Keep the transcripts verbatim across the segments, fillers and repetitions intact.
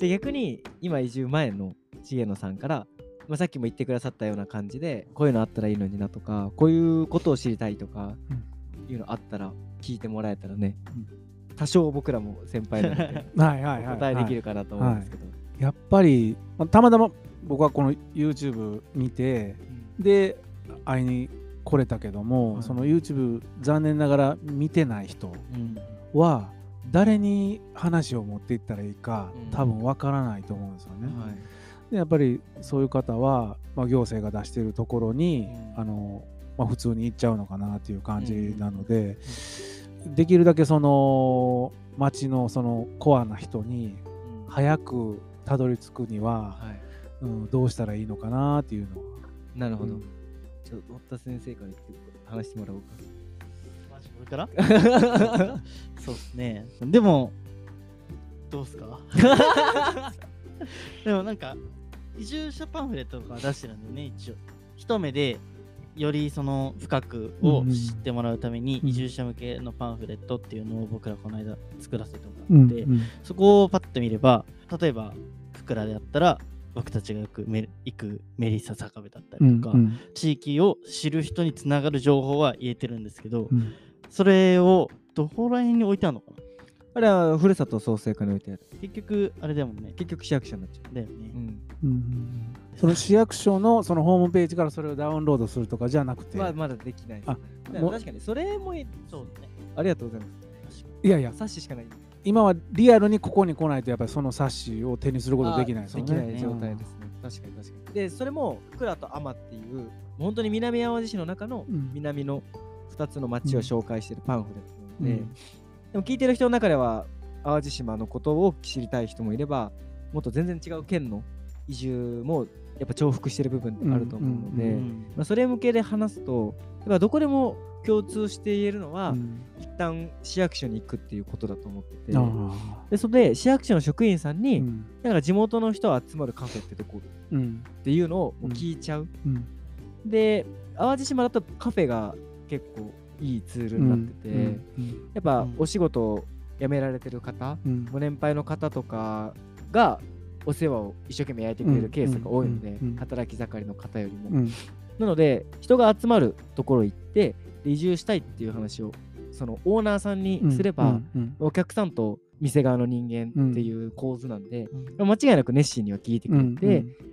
で逆に今移住前の重野さんから、まあ、さっきも言ってくださったような感じでこういうのあったらいいのになとか、こういうことを知りたいとか、うん、いうのあったら聞いてもらえたらね、うん、多少僕らも先輩なのではいはい、はい、お答えできるかなと思うんですけど、はい、 やっぱりたまたま僕はこの YouTube 見て、うん、で会いに来れたけども、はい、その YouTube 残念ながら見てない人は誰に話を持っていったらいいか、うん、多分わからないと思うんですよね、はい、でやっぱりそういう方は、まあ、行政が出しているところに、うん、あのまあ、普通に行っちゃうのかなっていう感じなので、うん、できるだけその町のそのコアな人に早くたどり着くには、はい、うん、どうしたらいいのかなっていうのは。 なるほど、うん、ちょっと堀田先生から話してもらおうか。 マジこれからそうですね。でもどうすかでもなんか移住者パンフレットとか出してるんだよね。一応一目でよりその深くを知ってもらうために、うん、移住者向けのパンフレットっていうのを僕らこの間作らせてもらって、うんうん、そこをパッと見れば、例えば福良であったら僕たちがよくめ行くメリッサ坂部だったりとか、うんうん、地域を知る人につながる情報は言えてるんですけど、うん、それをどこら辺に置いてあるのかな。 あれはふるさと創生課に置いてある。 結局あれだもんね。 結局市役所になっちゃう。 だよね、うんうん、その市役所のそのホームページからそれをダウンロードするとかじゃなくて、 まあ、まだできないです、ね、あも確かにそれもそうね。ありがとうございます。 いやいや、 冊子しかない。 今はリアルにここに来ないとやっぱりその冊子を手にすることできないですよね。 できない状態ですね、うん、確かに確かに。でそれも福良と海士っていう本当に南淡路市の中の南のふたつの町を紹介しているパンフレットなので、うんうん、でも聞いてる人の中では淡路島のことを知りたい人もいれば、もっと全然違う県の移住もやっぱ重複してる部分ってあると思うので、うんうんうん、まあ、それ向けで話すとやっぱどこでも共通して言えるのは、うん、一旦市役所に行くっていうことだと思ってて、でそれで市役所の職員さんに、うん、だから地元の人が集まるカフェってどこ、うん、っていうのをもう聞いちゃう、うんうん、で淡路島だとカフェが結構いいツールになってて、うんうん、やっぱお仕事を辞められてる方、うん、ご年配の方とかがお世話を一生懸命焼いてくれるケースが多いので、うんうん、働き盛りの方よりも、うん、なので人が集まるところ行って移住したいっていう話をそのオーナーさんにすれば、うんうんうん、お客さんと店側の人間っていう構図なんで、うん、間違いなく熱心には聞いてくれて、うんうん、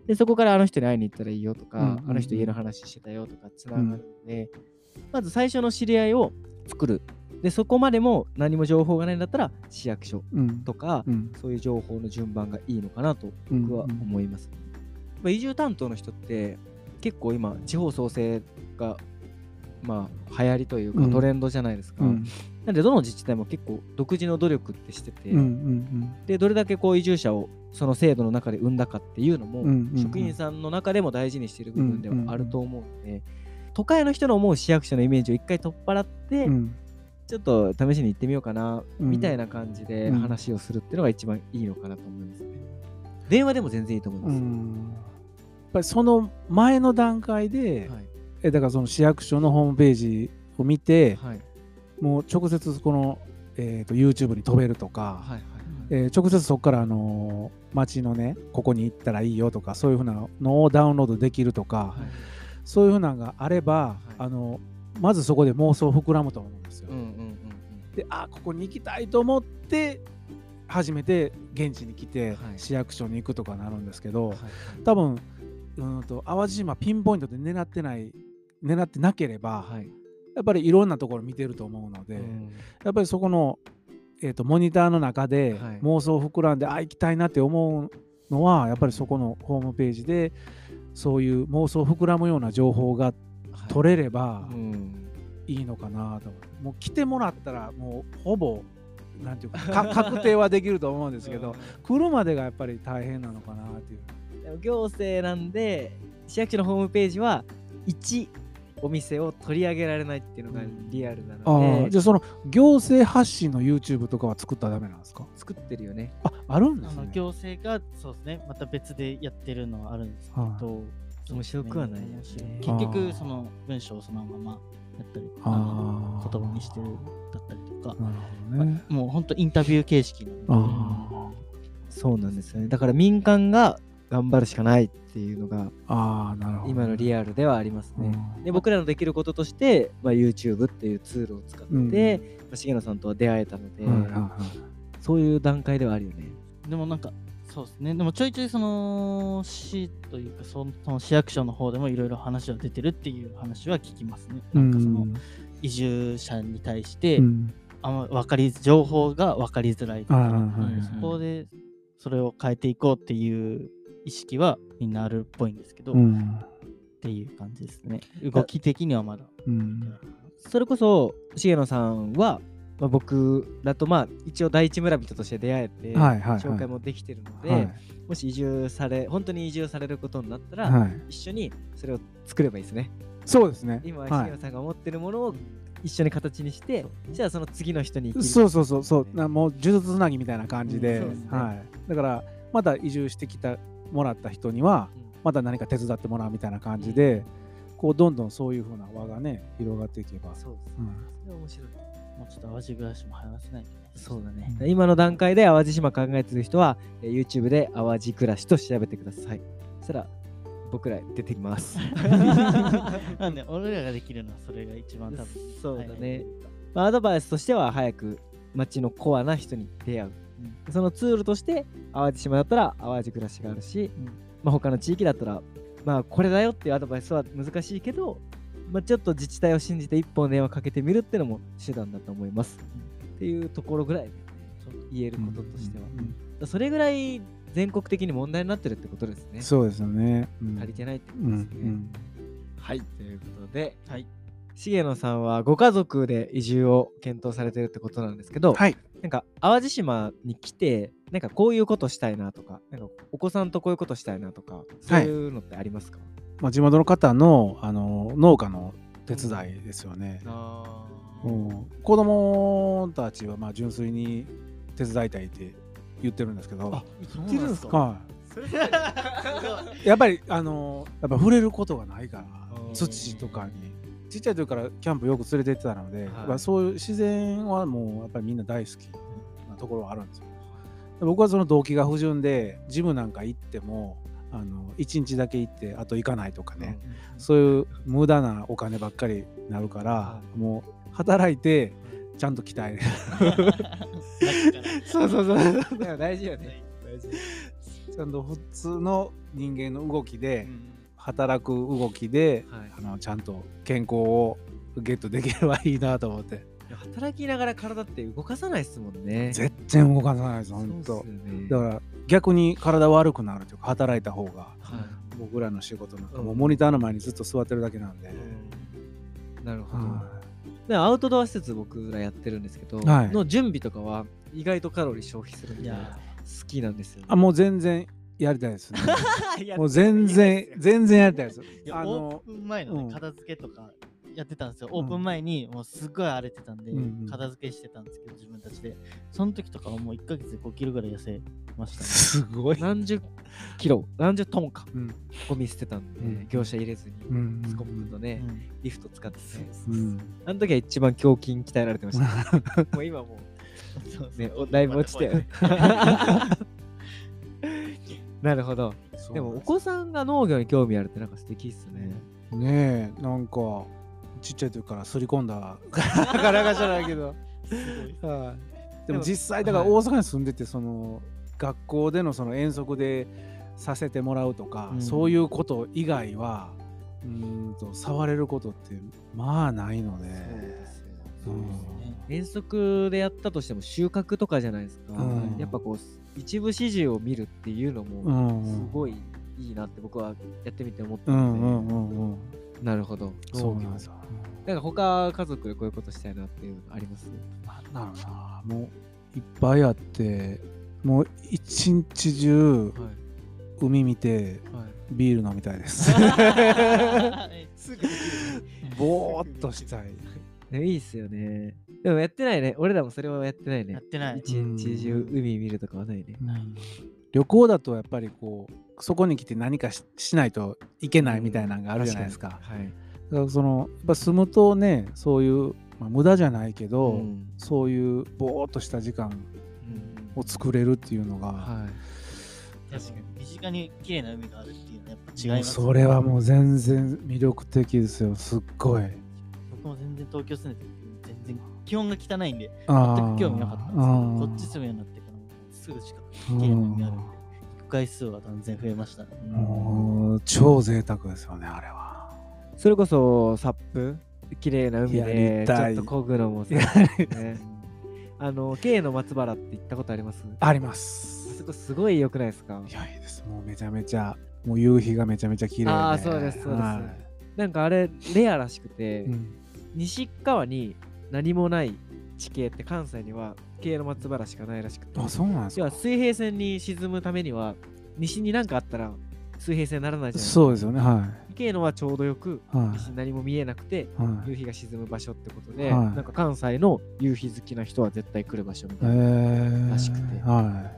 でそこからあの人に会いに行ったらいいよとか、うんうん、あの人家の話してたよとかつながるので、うん、まず最初の知り合いを作る。でそこまでも何も情報がないんだったら市役所とか、うん、そういう情報の順番がいいのかなと僕は思います、うんうん、移住担当の人って結構今地方創生がまあ流行りというかトレンドじゃないですか、うん、なんでどの自治体も結構独自の努力ってしてて、うんうんうん、でどれだけこう移住者をその制度の中で生んだかっていうのも、うんうんうん、職員さんの中でも大事にしている部分ではあると思うので、都会の人の思う市役所のイメージを一回取っ払って、うん、ちょっと試しに行ってみようかな、うん、みたいな感じで話をするっていうのが一番いいのかなと思いますね。電話でも全然いいと思います。うん、 やっぱりその前の段階で、はい、えだからその市役所のホームページを見て、はい、もう直接この、えー、と YouTube に飛べるとか、はいはいはい、えー、直接そこから、あのー、町のねここに行ったらいいよとかそういうふうなのをダウンロードできるとか、はい、そういうふうなのがあれば、はい、あのまずそこで妄想膨らむと思うんですよ。うんうんうんうん、であここに行きたいと思って初めて現地に来て、はい、市役所に行くとかなるんですけど、はい、多分うんと淡路島ピンポイントで狙ってない狙ってなければ、はい、やっぱりいろんなところ見てると思うので、うん、やっぱりそこの、えーと、モニターの中で妄想膨らんで、はい、あ行きたいなって思うのはやっぱりそこのホームページでそういう妄想膨らむような情報が取れれば、はい、うんいいのかなと思って、もう来てもらったらもうほぼなんていうか確定はできると思うんですけど、うん、来るまでがやっぱり大変なのかなっていう。 でも行政なんで市役所のホームページはいちお店を取り上げられないっていうのがリアルなので、 うん、あじゃあその行政発信の YouTube とかは作ったらダメなんですか？ 作ってるよね。 あ、あるんですね。 あの行政がそうですねまた別でやってるのはあるんですけど、はあ、面白くはないよね。 結局その文章をそのままやったりあの言葉にしてるだったりとか、なるほどね、まあ、もう本当インタビュー形式なので、 そうなんですよね。だから民間が頑張るしかないっていうのがあなるほど今のリアルではありますね。うん、で僕らのできることとして、まあ、YouTube っていうツールを使って、うんまあ、重野さんとは出会えたので、うん、そういう段階ではあるよね。 でもなんかそうですね。でもちょいちょいその市というかその、その市役所の方でもいろいろ話は出てるっていう話は聞きますね。なんかその移住者に対して、うん、あんま分かり情報が分かりづらいとか、そこでそれを変えていこうっていう意識はみんなあるっぽいんですけど、うん、っていう感じですね。動き的にはまだ、うん、 それこそ重野さんはまあ、僕だとまあ一応第一村人として出会えて紹介もできてるので、はいはいはい、もし移住され本当に移住されることになったら、はい、一緒にそれを作ればいいですね。 そうですね。 今重野さんが思ってるものを一緒に形にして、はい、じゃあその次の人に生きる。 そうそうそうそう、なもう呪術つなぎみたいな感じで、うんでねはい、だからまた移住してきたもらった人には、うん、また何か手伝ってもらうみたいな感じで、うん、こうどんどんそういう風な輪がね広がっていけば。 そうですね。うん、それは面白い。 もうちょっと淡路暮らしも話せないとね。 そうだね、うん、今の段階で淡路島考えてる人は YouTube で淡路暮らしと調べてください。そしたら僕ら出てきますなんで俺らができるのはそれが一番多分そうだね、はいまあ、アドバイスとしては早く町のコアな人に出会う、うん、そのツールとして淡路島だったら淡路暮らしがあるし、うんまあ、他の地域だったらまあこれだよっていうアドバイスは難しいけどまあ、ちょっと自治体を信じて一本電話かけてみるっていうのも手段だと思います、うん、っていうところぐらいで、ね、言えることとしては、うんうんうん、それぐらい全国的に問題になってるってことですね。 そうですよね、 うん、足りてないってことですね、うんうん、はいということで、はい、重野さんはご家族で移住を検討されてるってことなんですけど、はい、なんか淡路島に来てなんかこういうことしたいなとか、なんかお子さんとこういうことしたいなとかそういうのってありますか？はいまあ、地元の方 の, あの農家の手伝いですよね、うんあうん、子供たちはまあ純粋に手伝いたいって言ってるんですけど。あ、 言ってるんですか？はいやっぱりあのやっぱ触れることがないから土とかにちっちゃい時からキャンプよく連れて行ってたので、はいまあ、そういう自然はもうやっぱりみんな大好きなところはあるんですよ。僕はその動機が不純でジムなんか行ってもあのいちにちだけ行ってあと行かないとかね、うん、そういう無駄なお金ばっかりになるから、うん、もう働いてちゃんと鍛えるそうそうそう大事よね大事ちゃんと普通の人間の動きで、うん、働く動きで、はい、あのちゃんと健康をゲットできればいいなと思って。 働きながら体って動かさないですもんね。 全然動かさないです本当、ね、だから逆に体悪くなるというか働いた方が、はい、僕らの仕事なんかもうモニターの前にずっと座ってるだけなんで、 うん、なるほど、はい、でアウトドア施設僕らやってるんですけど、はい、の準備とかは意外とカロリー消費するんで好きなんですよ、ね、 あもう全然やりたいですねもう全然全然やりたいです。 あのオープン前の、ねうん、片付けとかやってたんですよ。オープン前にもうすっごい荒れてたんで、うんうん、片付けしてたんですけど自分たちでその時とかはもういっかげつでごキロぐらい痩せましたね。 すごい何十キロ何十トンか、うん、ゴミ捨てたんで、うん、業者入れずに、うん、スコップとね、うん、リフト使ってて、うん、あの時は一番胸筋鍛えられてました、ね、もう今もうそうそうねだいぶ落ちてなるほど。でもお子さんが農業に興味あるってなんか素敵っすね。 ねえなんかちっちゃい時からすり込んだからかじゃないけどはあ、でも実際だから大阪に住んでてその学校でのその遠足でさせてもらうとか、うん、そういうこと以外はうんと触れることってまあないので、 そうですね、遠足でやったとしても収穫とかじゃないですか、うん、やっぱこう一部始終を見るっていうのもすごいいいなって僕はやってみて思ったので、うんうんうんうん、なるほど。 そうなんですよ。 なんか他家族でこういうことしたいなっていうのあります？ なんだろうな、もういっぱいあってもう一日中、はい、海見て、はい、ビール飲みたいですぼーっとしたいね、いいっすよね。でもやってないね。俺らもそれはやってないね。 やってない。 一日中海見るとかはないね。 うん、旅行だとやっぱりこうそこに来て何か し, しないといけないみたいなのがあるじゃないですか。うん、はい。だからそのやっぱ住むとね、そういう、まあ、無駄じゃないけど、うん、そういうぼーっとした時間を作れるっていうのが、 はい、確かに身近に綺麗な海があるっていうのはやっぱ違います、 ね、それはもう全然魅力的ですよ。すっごい。 僕も全然東京住んでて全然気温が汚いんで全く興味なかったんですけど、こっち住むようになってからすぐしか綺麗な海あるんで行く回数は断然増えましたね。 もう超贅沢ですよねあれは。 それこそサップ綺麗な海でちょっと漕ぐのもさ、ね、あの K の松原って行ったことあります？ あります。 あそこすごい良くないですか？ いやいいです。もうめちゃめちゃもう夕日がめちゃめちゃ綺麗で。 ああそうですそうです、はい、なんかあれレアらしくて、うん、西側に何もない地形って関西には K の松原しかないらしくて。 あ、そうなんですか。 要は水平線に沈むためには西に何かあったら水平線にならないじゃないですか。 そうですよね。はい。 K のはちょうどよく、はい、西に何も見えなくて、はい、夕日が沈む場所ってことで、はい、なんか関西の夕日好きな人は絶対来る場所みたいならしくて、えーはい、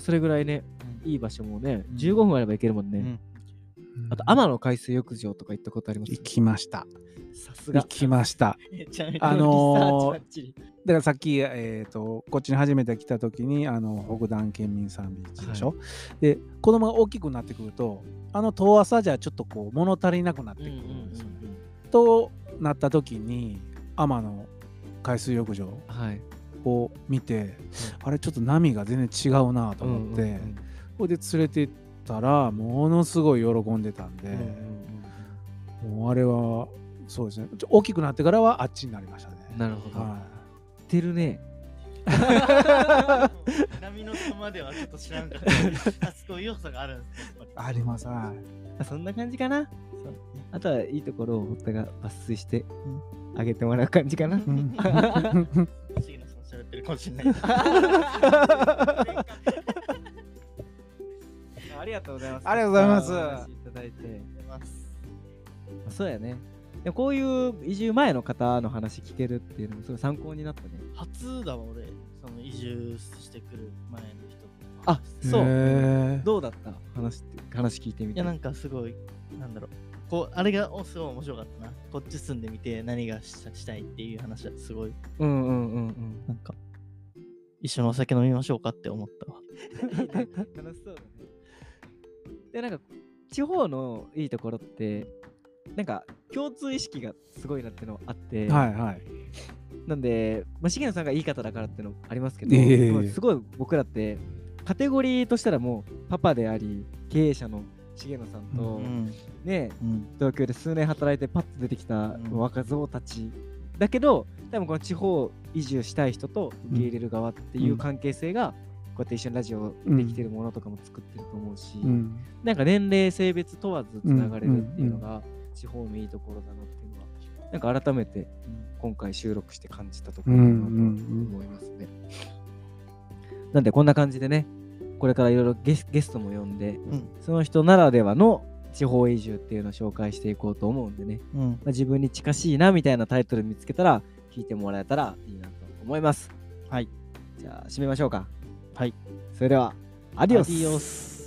それぐらいね、いい場所もね、うん、じゅうごふんあれば行けるもんね。うんあと天野海水浴場とか行ったことあります？ 行きました。 さすが。 行きました。あのー、だからさっき、えーと、こっちに初めて来た時にあの北段県民サンビーチでしょ、はい、で子供が大きくなってくるとあの遠浅じゃちょっとこう物足りなくなってくるんですよ、うんうんうんうん、となった時に天野海水浴場を見て、はい、あれちょっと波が全然違うなと思って、うんうんうん、それで連れて行ったらものすごい喜んでたんで、うんうんうん、もうあれはそうですね大きくなってからはあっちになりましたね。 なるほど、はい、てるね波のそまではちょっと知らんかったあそこ要素があるんですね。 あります。はい、 そんな感じかな。そうあとはいいところを堀田が抜粋してあげてもらう感じかな。不思議なその喋ってるかもしれないありがとうございます。 ありがとうございます。 お話いただいて。そうやね。でこういう移住前の方の話聞けるっていうのもすごい参考になったね。 初だわ俺、その移住してくる前の人。 あ、そう。どうだった話って話聞いてみて。 いやなんかすごいなんだろう。こうあれがすごい面白かったな。こっち住んでみて何が し, したいっていう話はすごい。 うんうんうんうん。 なんか一緒にお酒飲みましょうかって思ったわ。 楽しそうだね。でなんか地方のいいところってなんか共通意識がすごいなっていうのがあって、 はいはい、 なんで、まあ、重野さんがいい方だからっていうのもありますけど、えー、すごい僕らってカテゴリーとしたらもうパパであり経営者の重野さんと、うん、ね、うん、東京で数年働いてパッと出てきた若造たち、うん、だけど多分この地方移住したい人と受け入れる側っていう関係性が、こうやって一緒にラジオできてるものとかも作ってると思うし、うん、なんか年齢性別問わずつながれるっていうのが地方のいいところだなっていうのはなんか改めて今回収録して感じたところだなと思いますね。なんでこんな感じでねこれからいろいろゲストも呼んで、うん、その人ならではの地方移住っていうのを紹介していこうと思うんでね、うんまあ、自分に近しいなみたいなタイトル見つけたら聞いてもらえたらいいなと思います。 はい、 じゃあ締めましょうか。 はい、 それではアディオス。 アディオス。